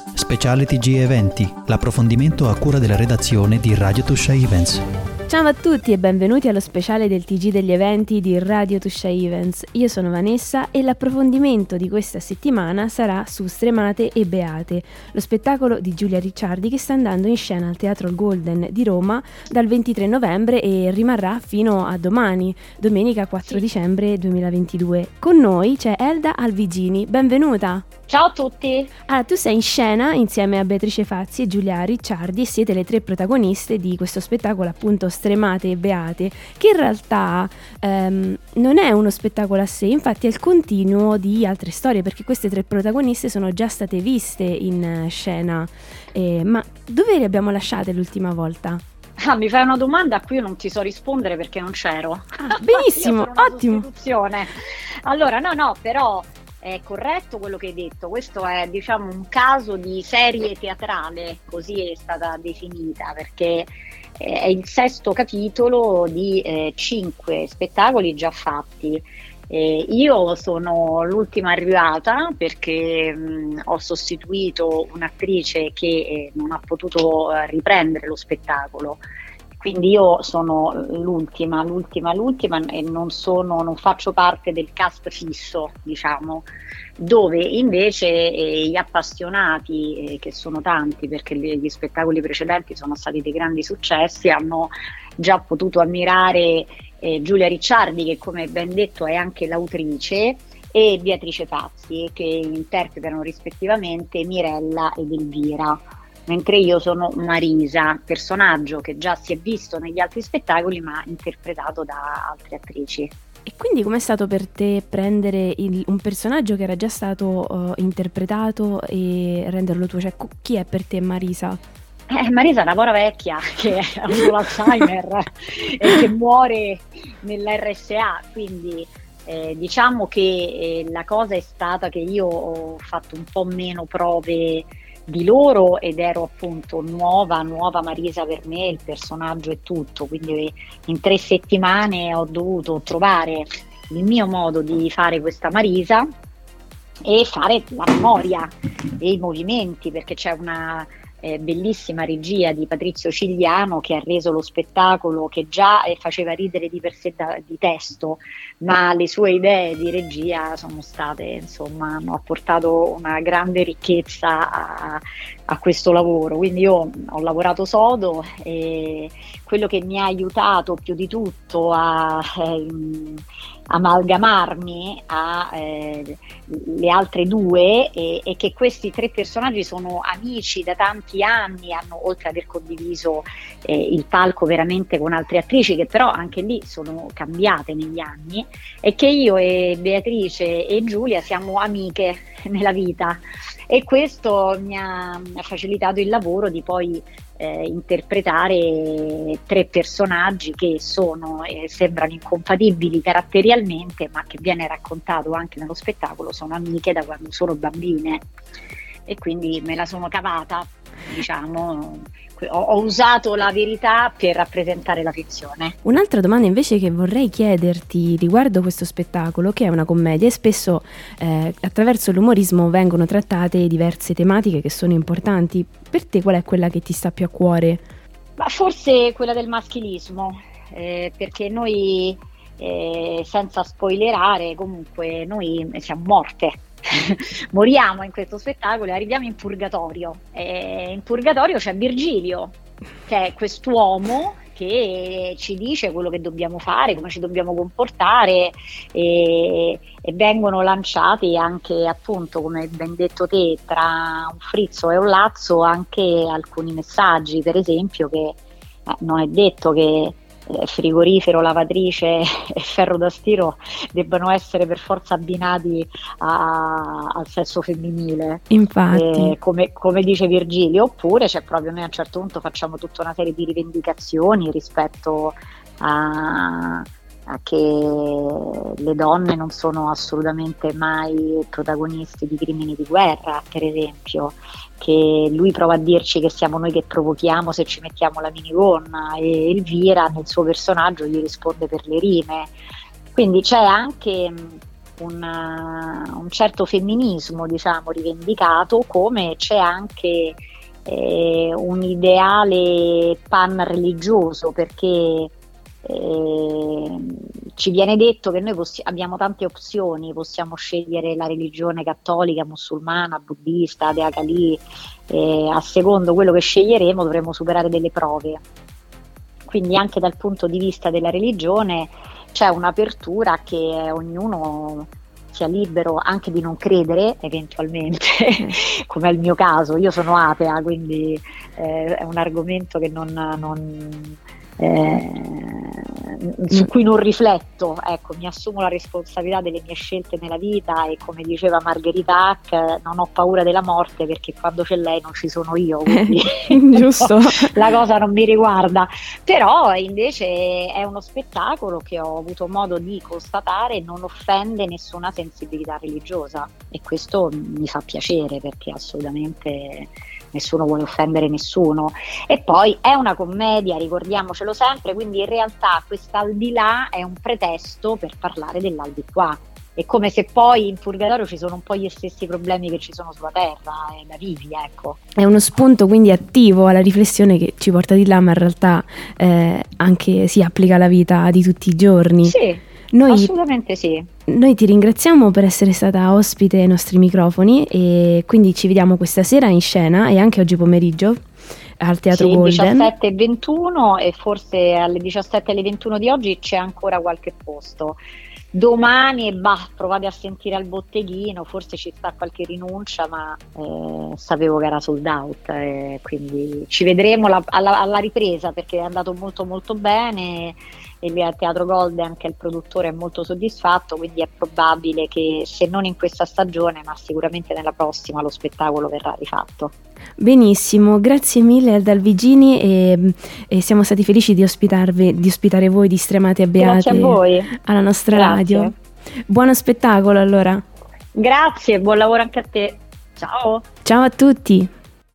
Speciale TG Eventi, l'approfondimento a cura della redazione di Radio Tuscia Events. Ciao a tutti e benvenuti allo speciale del TG degli eventi di Radio Tuscia Events. Io sono Vanessa e l'approfondimento di questa settimana sarà su Stremate e Beate, lo spettacolo di Giulia Ricciardi che sta andando in scena al Teatro Golden di Roma dal 23 novembre e rimarrà fino a domani, domenica 4 dicembre 2022. Con noi c'è Elda Alvigini, benvenuta! Ciao a tutti! Allora, tu sei in scena insieme a Beatrice Fazzi e Giulia Ricciardi e siete le tre protagoniste di questo spettacolo, appunto Stremate e Beate, che in realtà non è uno spettacolo a sé, infatti è il continuo di altre storie, perché queste tre protagoniste sono già state viste in scena. Ma dove le abbiamo lasciate l'ultima volta? Mi fai una domanda a cui io non ti so rispondere perché non c'ero. Benissimo, ottimo! Allora, no, però... È corretto quello che hai detto, questo è un caso di serie teatrale, così è stata definita, perché è il 6º capitolo di 5 spettacoli già fatti. Io sono l'ultima arrivata perché ho sostituito un'attrice che non ha potuto riprendere lo spettacolo. Quindi io sono l'ultima e non faccio parte del cast fisso, dove invece gli appassionati, che sono tanti perché gli spettacoli precedenti sono stati dei grandi successi, hanno già potuto ammirare Giulia Ricciardi, che come ben detto è anche l'autrice, e Beatrice Fazzi, che interpretano rispettivamente Mirella ed Elvira. Mentre io sono Marisa, personaggio che già si è visto negli altri spettacoli ma interpretato da altre attrici. E quindi com'è stato per te prendere un personaggio che era già stato interpretato e renderlo tuo? Cioè, chi è per te Marisa? Marisa è una povera vecchia che ha avuto l'Alzheimer e che muore nell'RSA, quindi diciamo che la cosa è stata che io ho fatto un po' meno prove di loro ed ero appunto nuova Marisa per me, il personaggio e tutto, quindi in 3 settimane ho dovuto trovare il mio modo di fare questa Marisa e fare la memoria e i movimenti, perché c'è una bellissima regia di Patrizio Cigliano che ha reso lo spettacolo, che già faceva ridere di per sé di testo, ma le sue idee di regia sono state, hanno apportato una grande ricchezza a questo lavoro. Quindi io ho lavorato sodo e quello che mi ha aiutato più di tutto a amalgamarmi le altre due e che questi 3 personaggi sono amici da tanti anni, hanno, oltre ad aver condiviso il palco veramente con altre attrici che però anche lì sono cambiate negli anni, e che io e Beatrice e Giulia siamo amiche nella vita, e questo mi ha facilitato il lavoro di poi interpretare 3 personaggi che sembrano incompatibili caratterialmente, ma che viene raccontato anche nello spettacolo, sono amiche da quando sono bambine, e quindi me la sono cavata, ho usato la verità per rappresentare la fizione. Un'altra domanda invece che vorrei chiederti riguardo questo spettacolo, che è una commedia e spesso attraverso l'umorismo vengono trattate diverse tematiche che sono importanti. Per te qual è quella che ti sta più a cuore? Ma forse quella del maschilismo, perché noi, senza spoilerare, comunque noi siamo morte. Moriamo in questo spettacolo e arriviamo in Purgatorio. In Purgatorio c'è Virgilio, che è quest'uomo che ci dice quello che dobbiamo fare, come ci dobbiamo comportare, e vengono lanciati anche, appunto, come ben detto te, tra un frizzo e un lazzo anche alcuni messaggi, per esempio che non è detto che frigorifero, lavatrice e ferro da stiro debbano essere per forza abbinati al sesso femminile, infatti, come dice Virgilio. Oppure c'è proprio, noi a un certo punto facciamo tutta una serie di rivendicazioni rispetto a che le donne non sono assolutamente mai protagonisti di crimini di guerra, per esempio, che lui prova a dirci che siamo noi che provochiamo se ci mettiamo la minigonna, e Elvira nel suo personaggio gli risponde per le rime. Quindi c'è anche un certo femminismo, diciamo, rivendicato, come c'è anche un ideale pan-religioso, perché ci viene detto che noi abbiamo tante opzioni, possiamo scegliere la religione cattolica, musulmana, buddista, Dea Kali, a secondo quello che sceglieremo dovremo superare delle prove. Quindi anche dal punto di vista della religione c'è un'apertura che ognuno sia libero anche di non credere eventualmente, come è il mio caso. Io sono atea, quindi è un argomento che su cui non rifletto, ecco, mi assumo la responsabilità delle mie scelte nella vita e, come diceva Margherita Hack, non ho paura della morte perché quando c'è lei non ci sono io, quindi giusto. La cosa non mi riguarda. Però invece è uno spettacolo che ho avuto modo di constatare non offende nessuna sensibilità religiosa, e questo mi fa piacere, perché assolutamente nessuno vuole offendere nessuno. E poi è una commedia, ricordiamocelo sempre, quindi in realtà quest'aldilà è un pretesto per parlare dell'aldilà. È come se poi in Purgatorio ci sono un po' gli stessi problemi che ci sono sulla Terra, da vivi, ecco. È uno spunto quindi attivo alla riflessione che ci porta di là, ma in realtà anche si applica alla vita di tutti i giorni. Sì, assolutamente sì. Noi ti ringraziamo per essere stata ospite ai nostri microfoni, e quindi ci vediamo questa sera in scena e anche oggi pomeriggio al Teatro Golden. 17:21 e forse alle 17 alle 21 di oggi c'è ancora qualche posto. Domani provate a sentire al botteghino, forse ci sta qualche rinuncia, ma sapevo che era sold out, quindi ci vedremo alla ripresa, perché è andato molto molto bene e lì al Teatro Golden anche il produttore è molto soddisfatto, quindi è probabile che, se non in questa stagione, ma sicuramente nella prossima, lo spettacolo verrà rifatto. Benissimo, grazie mille Elda Alvigini, e siamo stati felici di ospitare voi di Stremate e Beate. Grazie a voi. Alla nostra radio. Buono spettacolo allora. Grazie, buon lavoro anche a te. Ciao. Ciao a tutti.